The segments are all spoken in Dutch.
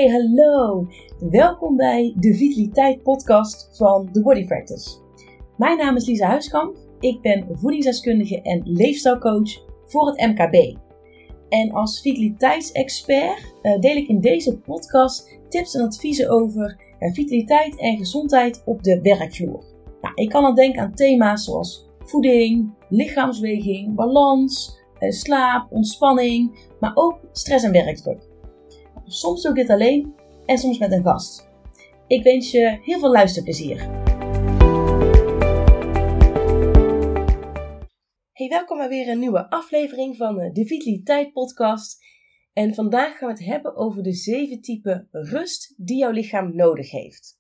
Hey, hallo! Welkom bij de Vitaliteit podcast van The Body Practice. Mijn naam is Lisa Huiskamp. Ik ben voedingsdeskundige en leefstijlcoach voor het MKB. En als vitaliteitsexpert deel ik in deze podcast tips en adviezen over vitaliteit en gezondheid op de werkvloer. Nou, ik kan dan denken aan thema's zoals voeding, lichaamsweging, balans, slaap, ontspanning, maar ook stress en werkdruk. Soms doe ik dit alleen en soms met een gast. Ik wens je heel veel luisterplezier. Hey, welkom bij weer een nieuwe aflevering van de Vitaliteit podcast. En vandaag gaan we het hebben over de 7 typen rust die jouw lichaam nodig heeft.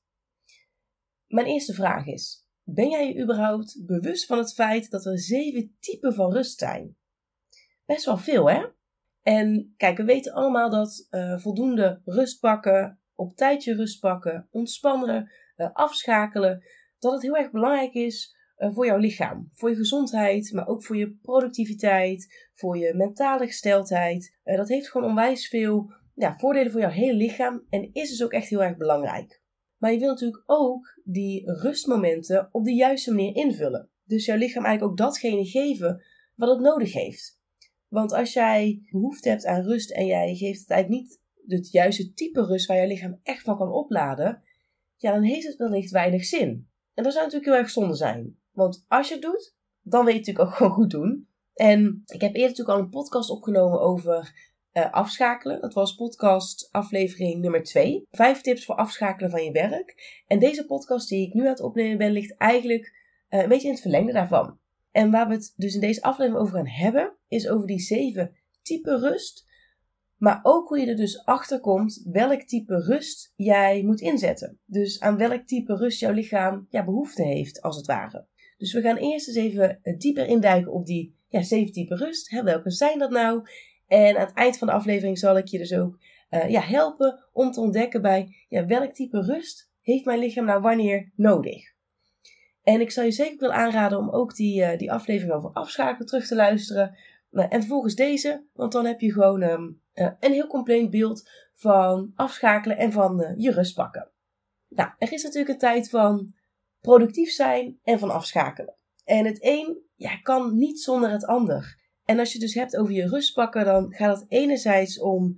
Mijn eerste vraag is: ben jij je überhaupt bewust van het feit dat er 7 typen van rust zijn? Best wel veel, hè? En kijk, we weten allemaal dat voldoende rust pakken, op tijd je rust pakken, ontspannen, afschakelen, dat het heel erg belangrijk is voor jouw lichaam. Voor je gezondheid, maar ook voor je productiviteit, voor je mentale gesteldheid. Dat heeft gewoon onwijs veel voordelen voor jouw hele lichaam en is dus ook echt heel erg belangrijk. Maar je wilt natuurlijk ook die rustmomenten op de juiste manier invullen. Dus jouw lichaam eigenlijk ook datgene geven wat het nodig heeft. Want als jij behoefte hebt aan rust en jij geeft het eigenlijk niet het juiste type rust waar je lichaam echt van kan opladen, dan heeft het wellicht weinig zin. En dat zou natuurlijk heel erg zonde zijn. Want als je het doet, dan weet je het natuurlijk ook gewoon goed doen. En ik heb eerder natuurlijk al een podcast opgenomen over afschakelen. Dat was podcast aflevering nummer 2. 5 tips voor afschakelen van je werk. En deze podcast die ik nu aan het opnemen ben, ligt eigenlijk een beetje in het verlengde daarvan. En waar we het dus in deze aflevering over gaan hebben, is over die 7 typen rust. Maar ook hoe je er dus achter komt welk type rust jij moet inzetten. Dus aan welk type rust jouw lichaam behoefte heeft, als het ware. Dus we gaan eerst eens even dieper induiken op die 7 typen rust. Welke zijn dat nou? En aan het eind van de aflevering zal ik je dus ook helpen om te ontdekken bij welk type rust heeft mijn lichaam nou wanneer nodig. En ik zou je zeker willen aanraden om ook die aflevering over afschakelen terug te luisteren. En vervolgens deze, want dan heb je gewoon een heel compleet beeld van afschakelen en van je rust pakken. Nou, er is natuurlijk een tijd van productief zijn en van afschakelen. En het een kan niet zonder het ander. En als je het dus hebt over je rust pakken, dan gaat het enerzijds om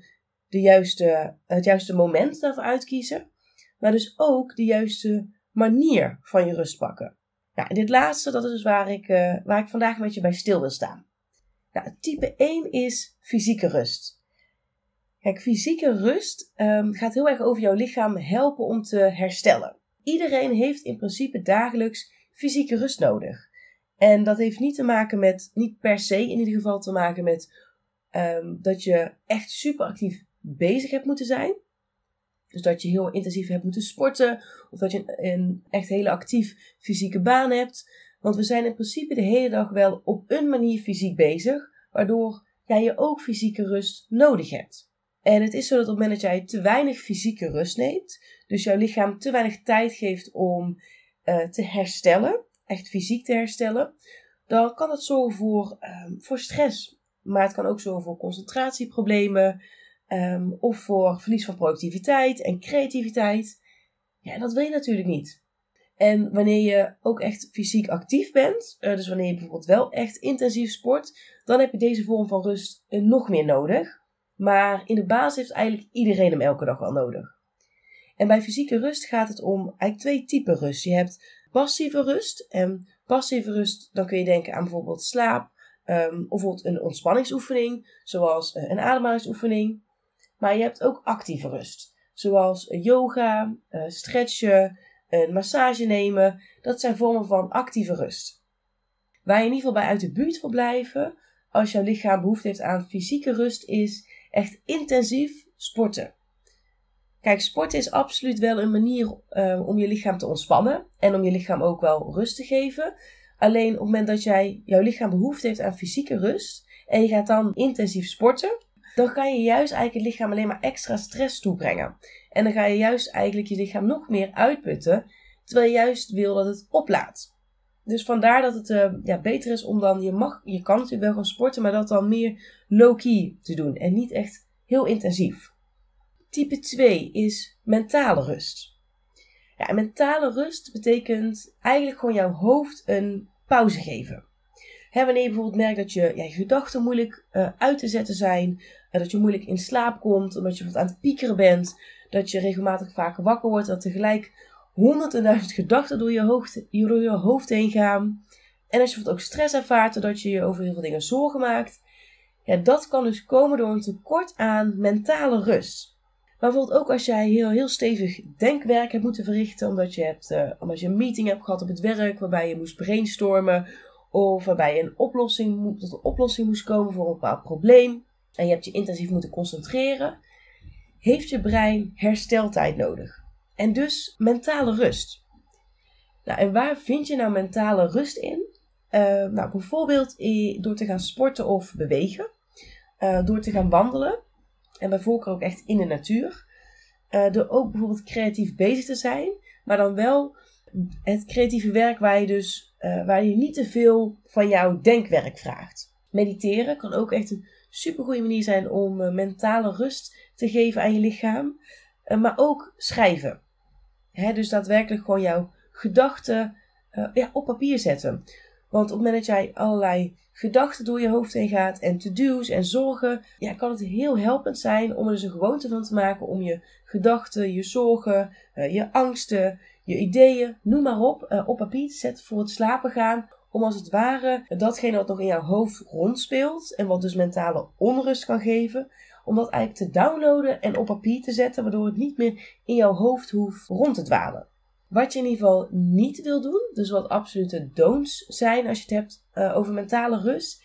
het juiste moment daarvoor uitkiezen. Maar dus ook de juiste manier van je rust pakken. Nou, en dit laatste, dat is dus waar ik vandaag met je bij stil wil staan. Nou, type 1 is fysieke rust. Kijk, fysieke rust gaat heel erg over jouw lichaam helpen om te herstellen. Iedereen heeft in principe dagelijks fysieke rust nodig. En dat heeft niet per se in ieder geval te maken met dat je echt super actief bezig hebt moeten zijn. Dus dat je heel intensief hebt moeten sporten. Of dat je een echt hele actief fysieke baan hebt. Want we zijn in principe de hele dag wel op een manier fysiek bezig. Waardoor je ook fysieke rust nodig hebt. En het is zo dat op het moment dat jij te weinig fysieke rust neemt. Dus jouw lichaam te weinig tijd geeft om te herstellen. Echt fysiek te herstellen. Dan kan dat zorgen voor stress. Maar het kan ook zorgen voor concentratieproblemen. Of voor verlies van productiviteit en creativiteit. Ja, dat wil je natuurlijk niet. En wanneer je ook echt fysiek actief bent, dus wanneer je bijvoorbeeld wel echt intensief sport, dan heb je deze vorm van rust nog meer nodig. Maar in de basis heeft eigenlijk iedereen hem elke dag wel nodig. En bij fysieke rust gaat het om eigenlijk 2 typen rust. Je hebt passieve rust. En passieve rust, dan kun je denken aan bijvoorbeeld slaap, of bijvoorbeeld een ontspanningsoefening, zoals een ademhalingsoefening. Maar je hebt ook actieve rust, zoals yoga, stretchen, een massage nemen. Dat zijn vormen van actieve rust. Waar je in ieder geval bij uit de buurt wil blijven, als jouw lichaam behoefte heeft aan fysieke rust, is echt intensief sporten. Kijk, sporten is absoluut wel een manier om je lichaam te ontspannen en om je lichaam ook wel rust te geven. Alleen op het moment dat jouw lichaam behoefte heeft aan fysieke rust en je gaat dan intensief sporten, dan ga je juist eigenlijk het lichaam alleen maar extra stress toebrengen. En dan ga je juist eigenlijk je lichaam nog meer uitputten, terwijl je juist wil dat het oplaadt. Dus vandaar dat het beter is om dan, je kan natuurlijk wel gaan sporten, maar dat dan meer low-key te doen en niet echt heel intensief. Type 2 is mentale rust. Ja, mentale rust betekent eigenlijk gewoon jouw hoofd een pauze geven. Wanneer je bijvoorbeeld merkt dat je gedachten moeilijk uit te zetten zijn, dat je moeilijk in slaap komt, omdat je bijvoorbeeld aan het piekeren bent, dat je regelmatig vaak wakker wordt, dat tegelijk 100.000 gedachten door je hoofd heen gaan. En als je bijvoorbeeld ook stress ervaart, doordat je je over heel veel dingen zorgen maakt. Ja, dat kan dus komen door een tekort aan mentale rust. Maar bijvoorbeeld ook als jij heel stevig denkwerk hebt moeten verrichten, omdat je een meeting hebt gehad op het werk, waarbij je moest brainstormen, of waarbij je tot een oplossing moest komen voor een bepaald probleem, en je hebt je intensief moeten concentreren, heeft je brein hersteltijd nodig. En dus mentale rust. Nou, en waar vind je nou mentale rust in? Bijvoorbeeld door te gaan sporten of bewegen. Door te gaan wandelen. En bij voorkeur ook echt in de natuur. Door ook bijvoorbeeld creatief bezig te zijn. Maar dan wel het creatieve werk waar je niet te veel van jouw denkwerk vraagt. Mediteren kan ook echt een supergoeie manier zijn om mentale rust te geven aan je lichaam. Maar ook schrijven. Dus daadwerkelijk gewoon jouw gedachten op papier zetten. Want op het moment dat jij allerlei gedachten door je hoofd heen gaat en to-do's en zorgen, kan het heel helpend zijn om er dus een gewoonte van te maken om je gedachten, je zorgen, je angsten, je ideeën, noem maar op papier te zetten voor het slapen gaan. Om als het ware datgene wat nog in jouw hoofd rondspeelt en wat dus mentale onrust kan geven, om dat eigenlijk te downloaden en op papier te zetten, waardoor het niet meer in jouw hoofd hoeft rond te dwalen. Wat je in ieder geval niet wil doen, dus wat absolute don'ts zijn als je het hebt over mentale rust,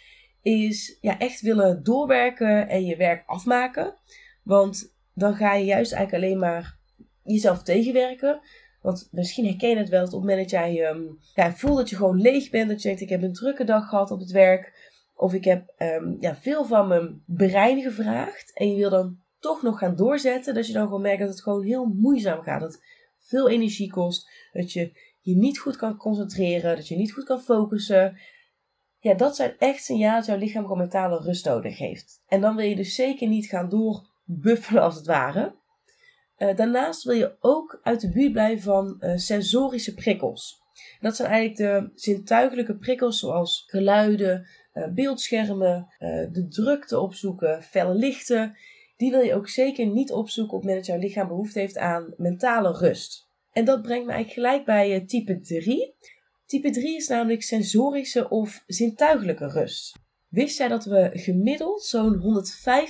is echt willen doorwerken en je werk afmaken. Want dan ga je juist eigenlijk alleen maar jezelf tegenwerken. Want misschien herken je het wel dat op het moment dat jij voelt dat je gewoon leeg bent, dat je denkt ik heb een drukke dag gehad op het werk, of ik heb veel van mijn brein gevraagd en je wil dan toch nog gaan doorzetten, dat je dan gewoon merkt dat het gewoon heel moeizaam gaat. Dat het veel energie kost, dat je je niet goed kan concentreren, dat je niet goed kan focussen. Ja, dat zijn echt signalen dat jouw lichaam gewoon mentale rust nodig heeft. En dan wil je dus zeker niet gaan doorbuffelen als het ware. Daarnaast wil je ook uit de buurt blijven van sensorische prikkels. Dat zijn eigenlijk de zintuigelijke prikkels zoals geluiden, beeldschermen, de drukte opzoeken, felle lichten. Die wil je ook zeker niet opzoeken op het moment dat jouw lichaam behoefte heeft aan mentale rust. En dat brengt me eigenlijk gelijk bij type 3. Type 3 is namelijk sensorische of zintuigelijke rust. Wist jij dat we gemiddeld zo'n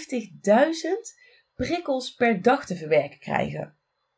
150.000 prikkels per dag te verwerken krijgen?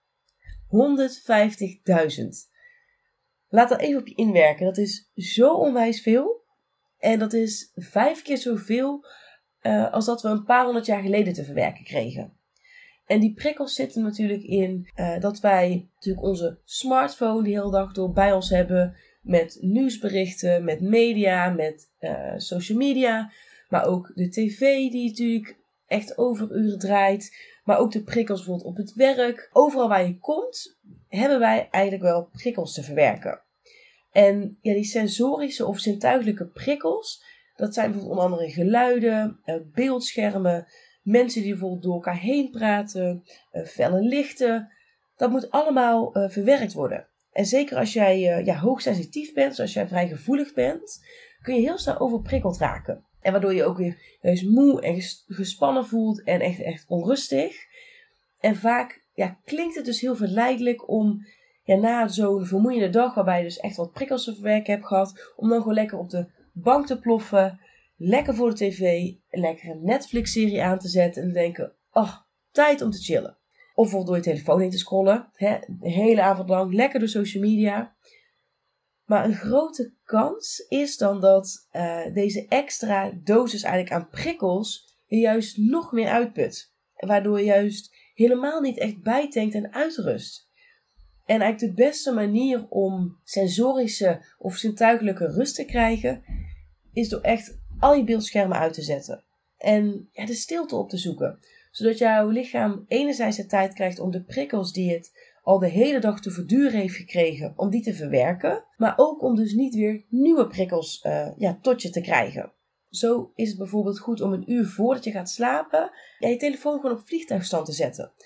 150.000. Laat dat even op je inwerken. Dat is zo onwijs veel. En dat is 5 keer zoveel als dat we een paar honderd jaar geleden te verwerken kregen. En die prikkels zitten natuurlijk in dat wij natuurlijk onze smartphone de hele dag door bij ons hebben. Met nieuwsberichten, met media, met social media. Maar ook de tv die natuurlijk echt overuren draait. Maar ook de prikkels bijvoorbeeld op het werk. Overal waar je komt hebben wij eigenlijk wel prikkels te verwerken. En die sensorische of zintuigelijke prikkels, dat zijn bijvoorbeeld onder andere geluiden, beeldschermen, mensen die bijvoorbeeld door elkaar heen praten, felle lichten. Dat moet allemaal verwerkt worden. En zeker als jij hoogsensitief bent, zoals jij vrij gevoelig bent, kun je heel snel overprikkeld raken. En waardoor je ook weer juist moe en gespannen voelt en echt onrustig. En vaak klinkt het dus heel verleidelijk om na zo'n vermoeiende dag, waarbij je dus echt wat prikkels te verwerken hebt gehad, om dan gewoon lekker op de bank te ploffen, lekker voor de tv, een lekkere Netflix-serie aan te zetten en te denken, tijd om te chillen. Of bijvoorbeeld door je telefoon heen te scrollen, de hele avond lang, lekker door social media. Maar een grote kans is dan dat deze extra dosis eigenlijk aan prikkels je juist nog meer uitput. Waardoor je juist helemaal niet echt bijtankt en uitrust. En eigenlijk de beste manier om sensorische of zintuigelijke rust te krijgen, is door echt al je beeldschermen uit te zetten. En de stilte op te zoeken. Zodat jouw lichaam enerzijds de tijd krijgt om de prikkels die het al de hele dag te verduren heeft gekregen, om die te verwerken. Maar ook om dus niet weer nieuwe prikkels tot je te krijgen. Zo is het bijvoorbeeld goed om een uur voordat je gaat slapen, je telefoon gewoon op vliegtuigstand te zetten.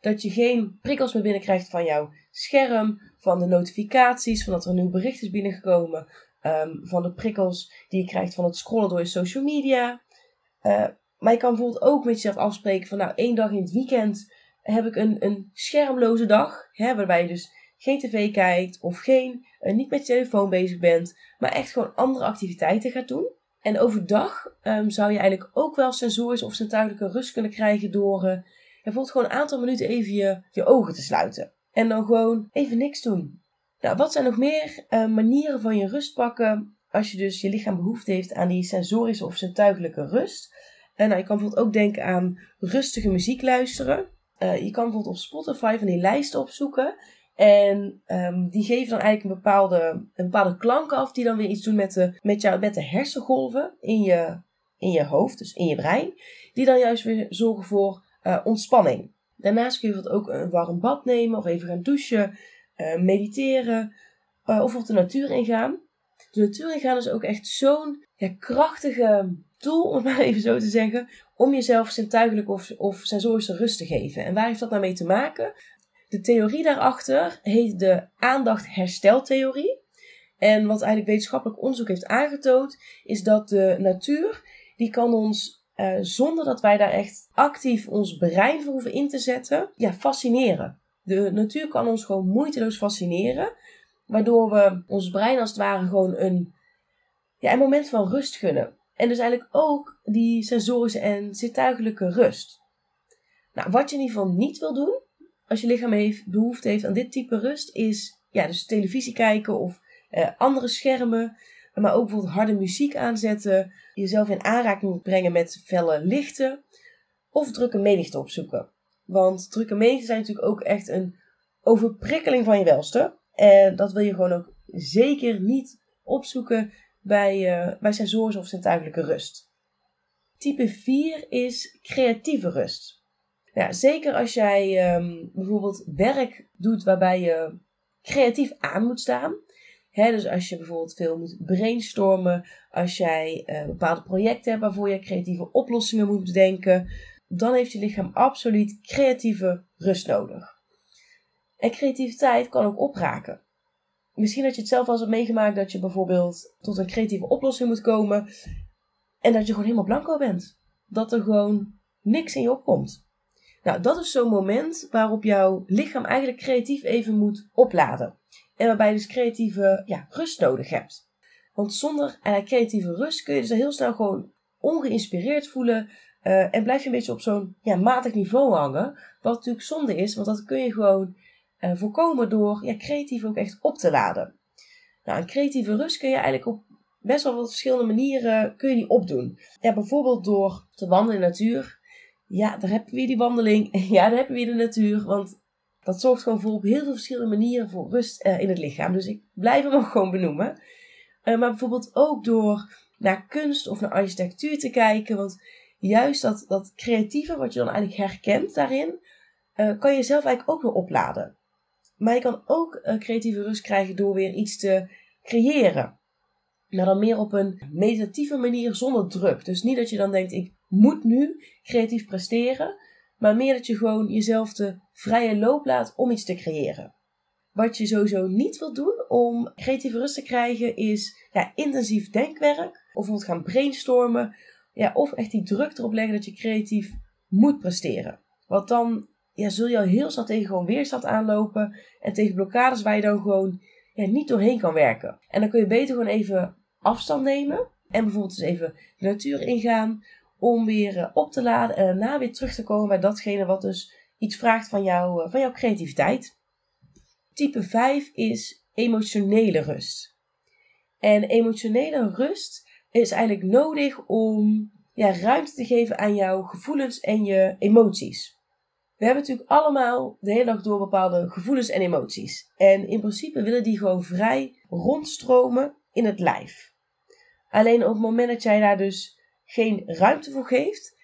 Dat je geen prikkels meer binnenkrijgt van jouw scherm, van de notificaties, van dat er een nieuw bericht is binnengekomen, van de prikkels die je krijgt van het scrollen door je social media. Maar je kan bijvoorbeeld ook met jezelf afspreken van 1 dag in het weekend heb ik een schermloze dag. Waarbij je dus geen tv kijkt of niet met je telefoon bezig bent. Maar echt gewoon andere activiteiten gaat doen. En overdag zou je eigenlijk ook wel sensorische of zintuigelijke rust kunnen krijgen door bijvoorbeeld gewoon een aantal minuten even je ogen te sluiten. En dan gewoon even niks doen. Nou, wat zijn nog meer manieren van je rust pakken als je dus je lichaam behoefte heeft aan die sensorische of zintuigelijke rust? Je kan bijvoorbeeld ook denken aan rustige muziek luisteren. Je kan bijvoorbeeld op Spotify van die lijsten opzoeken. En die geven dan eigenlijk een bepaalde klank af die dan weer iets doen met de hersengolven in je hoofd, dus in je brein. Die dan juist weer zorgen voor ontspanning. Daarnaast kun je bijvoorbeeld ook een warm bad nemen of even gaan douchen, mediteren of op de natuur ingaan. De natuur ingaan is ook echt zo'n krachtige tool, om het maar even zo te zeggen, om jezelf zintuigelijk of sensorische rust te geven. En waar heeft dat nou mee te maken? De theorie daarachter heet de aandacht-hersteltheorie. En wat eigenlijk wetenschappelijk onderzoek heeft aangetoond, is dat de natuur, die kan ons, zonder dat wij daar echt actief ons brein voor hoeven in te zetten, fascineren. De natuur kan ons gewoon moeiteloos fascineren, waardoor we ons brein als het ware gewoon een moment van rust gunnen. En dus eigenlijk ook die sensorische en zintuigelijke rust. Nou, wat je in ieder geval niet wil doen, als je lichaam behoefte heeft aan dit type rust, is dus televisie kijken of andere schermen. Maar ook bijvoorbeeld harde muziek aanzetten. Jezelf in aanraking brengen met felle lichten. Of drukke menigte opzoeken. Want drukke menigte zijn natuurlijk ook echt een overprikkeling van je welste. En dat wil je gewoon ook zeker niet opzoeken bij sensorische of zintuigelijke rust. Type 4 is creatieve rust. Ja, zeker als jij bijvoorbeeld werk doet waarbij je creatief aan moet staan. Dus als je bijvoorbeeld veel moet brainstormen, als jij bepaalde projecten hebt waarvoor je creatieve oplossingen moet bedenken, dan heeft je lichaam absoluut creatieve rust nodig. En creativiteit kan ook opraken. Misschien dat je het zelf wel eens hebt meegemaakt dat je bijvoorbeeld tot een creatieve oplossing moet komen en dat je gewoon helemaal blanco bent. Dat er gewoon niks in je opkomt. Nou, dat is zo'n moment waarop jouw lichaam eigenlijk creatief even moet opladen. En waarbij je dus creatieve rust nodig hebt. Want zonder creatieve rust kun je dus heel snel gewoon ongeïnspireerd voelen. En blijf je een beetje op zo'n matig niveau hangen. Wat natuurlijk zonde is, want dat kun je gewoon voorkomen door creatief ook echt op te laden. Nou, een creatieve rust kun je eigenlijk op best wel wat verschillende manieren kun je die opdoen. Bijvoorbeeld door te wandelen in de natuur. Ja, daar hebben we weer die wandeling. Ja, daar hebben we weer de natuur. Want dat zorgt gewoon voor op heel veel verschillende manieren voor rust in het lichaam. Dus ik blijf hem ook gewoon benoemen. Maar bijvoorbeeld ook door naar kunst of naar architectuur te kijken. Want juist dat creatieve, wat je dan eigenlijk herkent daarin, kan je zelf eigenlijk ook weer opladen. Maar je kan ook creatieve rust krijgen door weer iets te creëren. Maar dan meer op een meditatieve manier zonder druk. Dus niet dat je dan denkt, ik moet nu creatief presteren. Maar meer dat je gewoon jezelf de vrije loop laat om iets te creëren. Wat je sowieso niet wilt doen om creatieve rust te krijgen is intensief denkwerk. Of bijvoorbeeld gaan brainstormen. Of echt die druk erop leggen dat je creatief moet presteren. Want dan zul je al heel snel tegen gewoon weerstand aanlopen. En tegen blokkades waar je dan gewoon niet doorheen kan werken. En dan kun je beter gewoon even afstand nemen. En bijvoorbeeld eens even de natuur ingaan. Om weer op te laden en daarna weer terug te komen bij datgene wat dus iets vraagt van jouw creativiteit. Type 5 is emotionele rust. En emotionele rust is eigenlijk nodig om ruimte te geven aan jouw gevoelens en je emoties. We hebben natuurlijk allemaal de hele dag door bepaalde gevoelens en emoties. En in principe willen die gewoon vrij rondstromen in het lijf. Alleen op het moment dat jij daar dus geen ruimte voor geeft,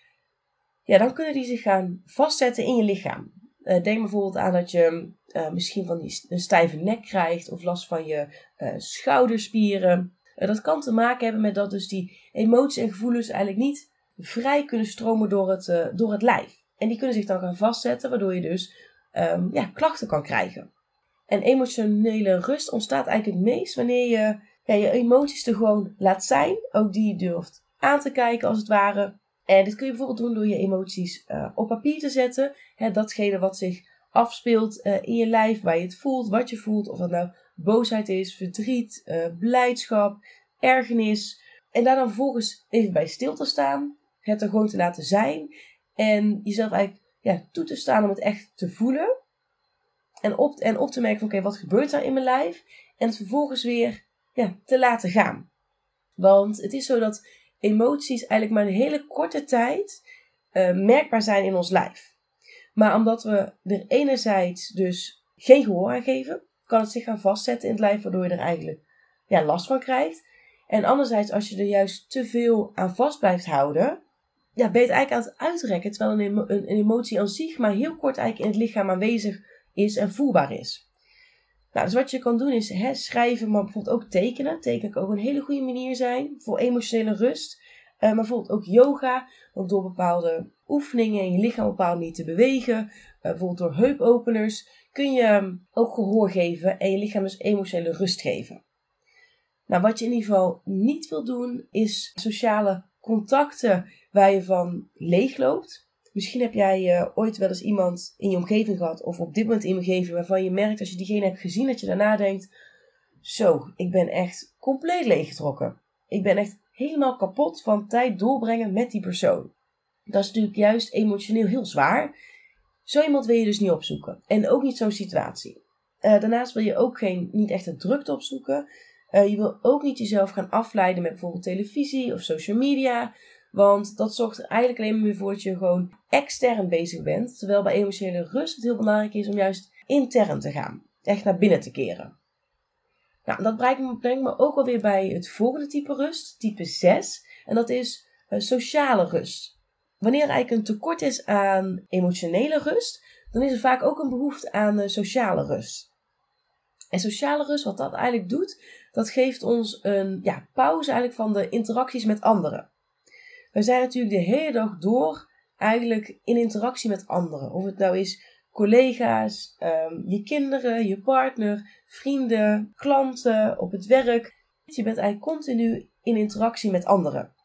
dan kunnen die zich gaan vastzetten in je lichaam. Denk bijvoorbeeld aan dat je misschien een stijve nek krijgt of last van je schouderspieren. Dat kan te maken hebben met dat dus die emoties en gevoelens eigenlijk niet vrij kunnen stromen door het lijf. En die kunnen zich dan gaan vastzetten, waardoor je dus klachten kan krijgen. En emotionele rust ontstaat eigenlijk het meest wanneer je je emoties er gewoon laat zijn. Ook die je durft aan te kijken als het ware. En dit kun je bijvoorbeeld doen door je emoties op papier te zetten. Datgene wat zich afspeelt in je lijf, waar je het voelt, wat je voelt. Of dat nou boosheid is, verdriet, blijdschap, ergernis. En daar dan vervolgens even bij stil te staan. Het er gewoon te laten zijn. En jezelf eigenlijk toe te staan om het echt te voelen. En op te merken van oké, wat gebeurt er in mijn lijf? En het vervolgens weer te laten gaan. Want het is zo dat emoties eigenlijk maar een hele korte tijd merkbaar zijn in ons lijf. Maar omdat we er enerzijds dus geen gehoor aan geven, kan het zich gaan vastzetten in het lijf, waardoor je er eigenlijk last van krijgt. En anderzijds, als je er juist te veel aan vast blijft houden, ben je het eigenlijk aan het uitrekken. Terwijl een emotie aan zich maar heel kort eigenlijk in het lichaam aanwezig is en voelbaar is. Nou, dus wat je kan doen is schrijven, maar bijvoorbeeld ook tekenen. Tekenen kan ook een hele goede manier zijn voor emotionele rust. Maar bijvoorbeeld ook yoga, want door bepaalde oefeningen in je lichaam op een bepaalde manier te bewegen, bijvoorbeeld door heupopeners, kun je ook gehoor geven en je lichaam dus emotionele rust geven. Nou, wat je in ieder geval niet wil doen, is sociale contacten waar je van leegloopt. Misschien heb jij ooit wel eens iemand in je omgeving gehad, of op dit moment in je omgeving, waarvan je merkt als je diegene hebt gezien, dat je daarna denkt, zo, ik ben echt compleet leeggetrokken. Ik ben echt helemaal kapot van tijd doorbrengen met die persoon. Dat is natuurlijk juist emotioneel heel zwaar. Zo iemand wil je dus niet opzoeken. En ook niet zo'n situatie. Daarnaast wil je ook niet echt de drukte opzoeken. Je wil ook niet jezelf gaan afleiden met bijvoorbeeld televisie of social media. Want dat zorgt er eigenlijk alleen maar voor dat je gewoon extern bezig bent. Terwijl bij emotionele rust het heel belangrijk is om juist intern te gaan. Echt naar binnen te keren. Nou, dat brengt me ook alweer bij het volgende type rust, type 6. En dat is sociale rust. Wanneer er eigenlijk een tekort is aan emotionele rust, dan is er vaak ook een behoefte aan sociale rust. En sociale rust, wat dat eigenlijk doet, dat geeft ons een pauze eigenlijk van de interacties met anderen. We zijn natuurlijk de hele dag door eigenlijk in interactie met anderen. Of het nou is collega's, je kinderen, je partner, vrienden, klanten, op het werk. Je bent eigenlijk continu in interactie met anderen.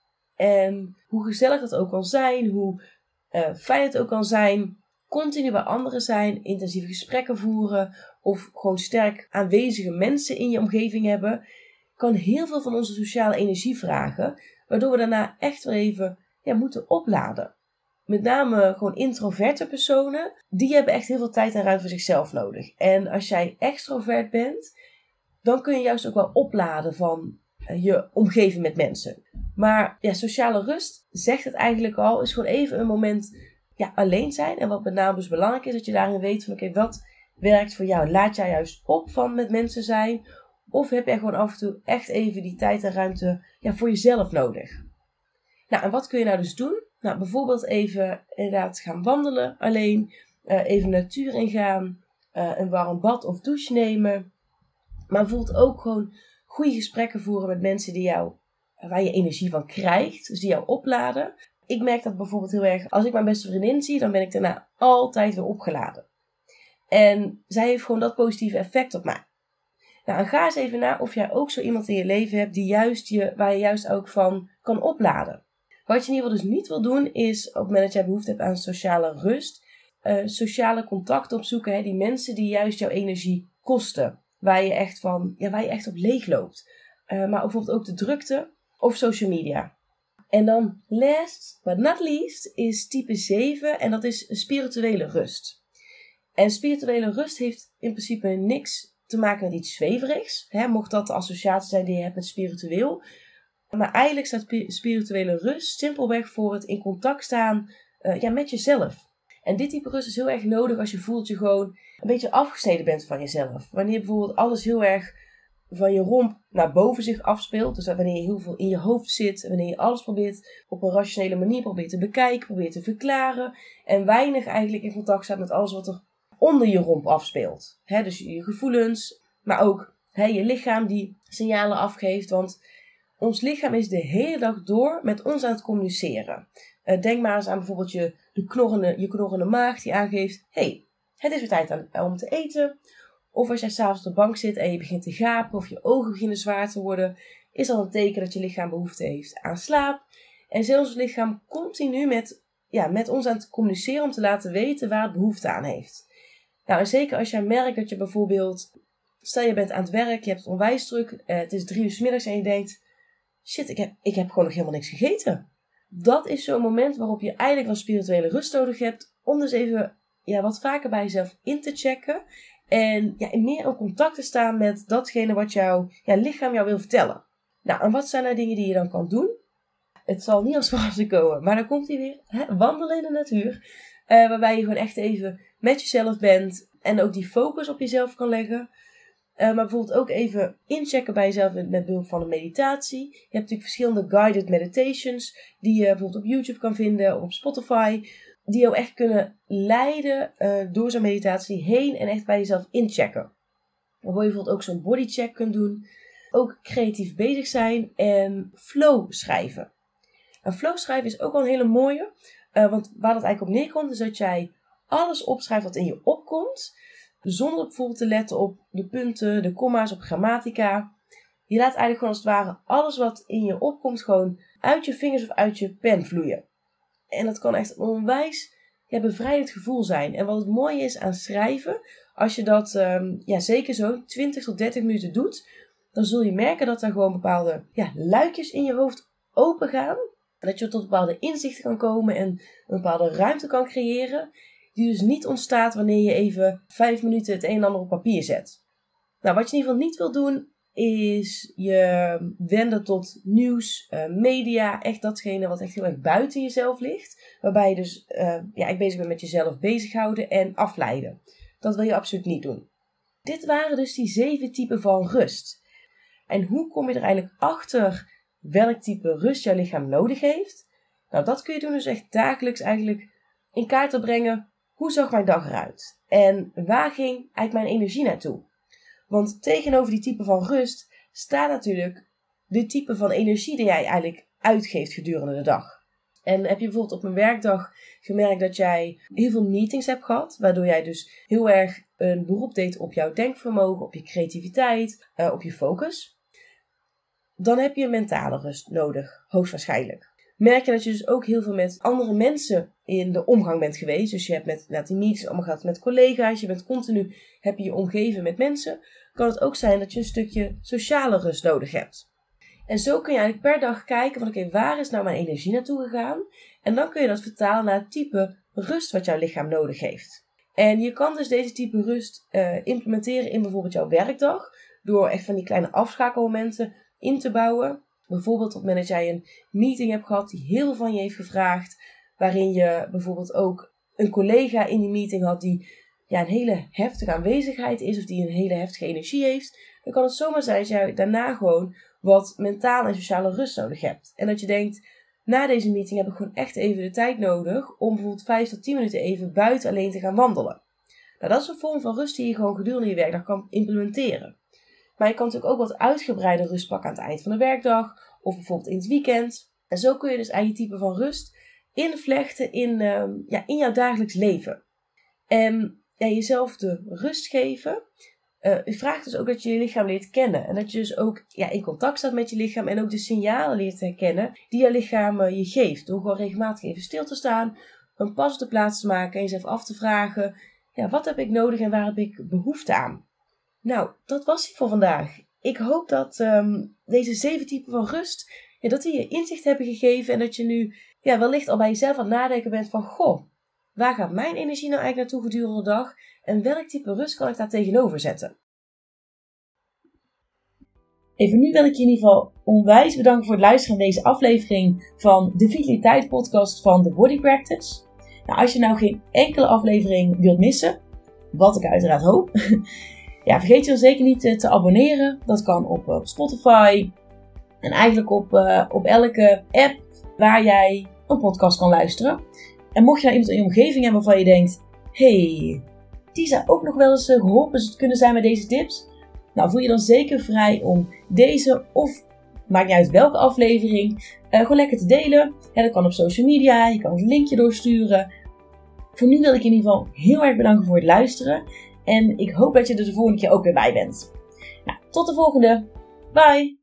En hoe gezellig dat ook kan zijn, hoe fijn het ook kan zijn, continu bij anderen zijn, intensieve gesprekken voeren of gewoon sterk aanwezige mensen in je omgeving hebben, kan heel veel van onze sociale energie vragen, waardoor we daarna echt wel even moeten opladen. Met name gewoon introverte personen, die hebben echt heel veel tijd en ruimte voor zichzelf nodig. En als jij extrovert bent, dan kun je juist ook wel opladen van je omgeving met mensen. Maar sociale rust, zegt het eigenlijk al, is gewoon even een moment alleen zijn. En wat met name dus belangrijk is, dat je daarin weet van oké, wat werkt voor jou? Laat jij juist op van met mensen zijn? Of heb jij gewoon af en toe echt even die tijd en ruimte voor jezelf nodig? Nou, en wat kun je nou dus doen? Nou, bijvoorbeeld even inderdaad gaan wandelen alleen. Even de natuur ingaan. Een warm bad of douche nemen. Maar bijvoorbeeld ook gewoon goede gesprekken voeren met mensen waar je energie van krijgt. Dus die jou opladen. Ik merk dat bijvoorbeeld heel erg. Als ik mijn beste vriendin zie, dan ben ik daarna altijd weer opgeladen. En zij heeft gewoon dat positieve effect op mij. Nou, en ga eens even na of jij ook zo iemand in je leven hebt waar je juist ook van kan opladen. Wat je in ieder geval dus niet wil doen is, op het moment dat jij behoefte hebt aan sociale rust, sociale contacten opzoeken. Die mensen die juist jouw energie kosten. Waar je echt op leeg loopt. Maar bijvoorbeeld ook de drukte of social media. En dan last but not least is type 7 en dat is spirituele rust. En spirituele rust heeft in principe niks te maken met iets zweverigs. Mocht dat de associatie zijn die je hebt met spiritueel. Maar eigenlijk staat spirituele rust simpelweg voor het in contact staan met jezelf. En dit type rust is heel erg nodig als je voelt dat je gewoon een beetje afgesneden bent van jezelf. Wanneer bijvoorbeeld alles heel erg van je romp naar boven zich afspeelt. Dus wanneer je heel veel in je hoofd zit. Wanneer je alles probeert op een rationele manier probeert te bekijken. Probeert te verklaren. En weinig eigenlijk in contact staat met alles wat er onder je romp afspeelt. Dus je gevoelens. Maar ook je lichaam die signalen afgeeft. Want ons lichaam is de hele dag door met ons aan het communiceren. Denk maar eens aan bijvoorbeeld je knorrende maag die aangeeft, hey, het is weer tijd om te eten. Of als jij s'avonds op de bank zit en je begint te gapen of je ogen beginnen zwaar te worden, is dat een teken dat je lichaam behoefte heeft aan slaap. En is ons lichaam continu met ons aan het communiceren om te laten weten waar het behoefte aan heeft. Nou, en zeker als jij merkt dat je bijvoorbeeld, stel je bent aan het werk, je hebt het onwijs druk, het is 3 uur 's middags en je denkt, shit, ik heb gewoon nog helemaal niks gegeten. Dat is zo'n moment waarop je eigenlijk wel spirituele rust nodig hebt, om dus even wat vaker bij jezelf in te checken. En meer in contact te staan met datgene wat jouw lichaam jou wil vertellen. Nou, en wat zijn nou dingen die je dan kan doen? Het zal niet als verrassing komen, maar dan komt hij weer. Wandelen in de natuur. Waarbij je gewoon echt even met jezelf bent. En ook die focus op jezelf kan leggen. Maar bijvoorbeeld ook even inchecken bij jezelf met behulp van een meditatie. Je hebt natuurlijk verschillende guided meditations. Die je bijvoorbeeld op YouTube kan vinden of op Spotify. Die jou echt kunnen leiden door zo'n meditatie heen en echt bij jezelf inchecken. Waarvoor je bijvoorbeeld ook zo'n bodycheck kunt doen. Ook creatief bezig zijn en flow schrijven. En flow schrijven is ook wel een hele mooie. Want waar dat eigenlijk op neerkomt is dat jij alles opschrijft wat in je opkomt. Zonder bijvoorbeeld te letten op de punten, de komma's, op grammatica. Je laat eigenlijk gewoon als het ware alles wat in je opkomt gewoon uit je vingers of uit je pen vloeien. En dat kan echt een onwijs bevrijdend gevoel zijn. En wat het mooie is aan schrijven, als je dat zeker zo 20 tot 30 minuten doet, dan zul je merken dat er gewoon bepaalde luikjes in je hoofd open gaan. En dat je tot bepaalde inzichten kan komen en een bepaalde ruimte kan creëren. Die dus niet ontstaat wanneer je even 5 minuten het een en ander op papier zet. Nou, wat je in ieder geval niet wil doen, is je wenden tot nieuws, media, echt datgene wat echt heel erg buiten jezelf ligt. Waarbij je dus echt bezig bent met jezelf bezighouden en afleiden. Dat wil je absoluut niet doen. Dit waren dus die 7 typen van rust. En hoe kom je er eigenlijk achter welk type rust jouw lichaam nodig heeft? Nou, dat kun je doen dus echt dagelijks eigenlijk in kaart te brengen. Hoe zag mijn dag eruit? En waar ging eigenlijk mijn energie naartoe? Want tegenover die type van rust staat natuurlijk de type van energie die jij eigenlijk uitgeeft gedurende de dag. En heb je bijvoorbeeld op een werkdag gemerkt dat jij heel veel meetings hebt gehad, waardoor jij dus heel erg een beroep deed op jouw denkvermogen, op je creativiteit, op je focus. Dan heb je mentale rust nodig, hoogstwaarschijnlijk. Merk je dat je dus ook heel veel met andere mensen in de omgang bent geweest. Dus je hebt die meetings allemaal gehad met collega's. Je bent continu, heb je je omgeven met mensen. Kan het ook zijn dat je een stukje sociale rust nodig hebt. En zo kun je eigenlijk per dag kijken van oké, waar is nou mijn energie naartoe gegaan? En dan kun je dat vertalen naar het type rust wat jouw lichaam nodig heeft. En je kan dus deze type rust implementeren in bijvoorbeeld jouw werkdag. Door echt van die kleine afschakelmomenten in te bouwen. Bijvoorbeeld op het moment dat jij een meeting hebt gehad die heel veel van je heeft gevraagd. Waarin je bijvoorbeeld ook een collega in die meeting had die een hele heftige aanwezigheid is. Of die een hele heftige energie heeft. Dan kan het zomaar zijn dat jij daarna gewoon wat mentale en sociale rust nodig hebt. En dat je denkt, na deze meeting heb ik gewoon echt even de tijd nodig. Om bijvoorbeeld 5 tot 10 minuten even buiten alleen te gaan wandelen. Nou, dat is een vorm van rust die je gewoon gedurende je werkdag kan implementeren. Maar je kan natuurlijk ook wat uitgebreide rust pakken aan het eind van de werkdag. Of bijvoorbeeld in het weekend. En zo kun je dus eigenlijk type van rust invlechten in jouw dagelijks leven. En jezelf de rust geven. Vraagt dus ook dat je je lichaam leert kennen. En dat je dus ook in contact staat met je lichaam. En ook de signalen leert herkennen die je lichaam je geeft. Door gewoon regelmatig even stil te staan. Een pas op de plaats te maken. En jezelf af te vragen. Wat heb ik nodig en waar heb ik behoefte aan? Nou, dat was het voor vandaag. Ik hoop dat deze 7 typen van rust, dat die je inzicht hebben gegeven. En dat je nu wellicht al bij jezelf aan het nadenken bent van, goh, waar gaat mijn energie nou eigenlijk naartoe gedurende de dag? En welk type rust kan ik daar tegenover zetten? Even nu wil ik je in ieder geval onwijs bedanken voor het luisteren naar deze aflevering van de Vitaliteit podcast van The Body Practice. Nou, als je nou geen enkele aflevering wilt missen, wat ik uiteraard hoop, vergeet je dan zeker niet te abonneren. Dat kan op Spotify en eigenlijk op elke app waar jij een podcast kan luisteren. En mocht je nou iemand in je omgeving hebben waarvan je denkt, hey, die zou ook nog wel eens geholpen kunnen zijn met deze tips. Nou, voel je dan zeker vrij om deze of, maakt niet uit welke aflevering, gewoon lekker te delen. Dat kan op social media, je kan een linkje doorsturen. Voor nu wil ik je in ieder geval heel erg bedanken voor het luisteren. En ik hoop dat je er de volgende keer ook weer bij bent. Nou, tot de volgende. Bye!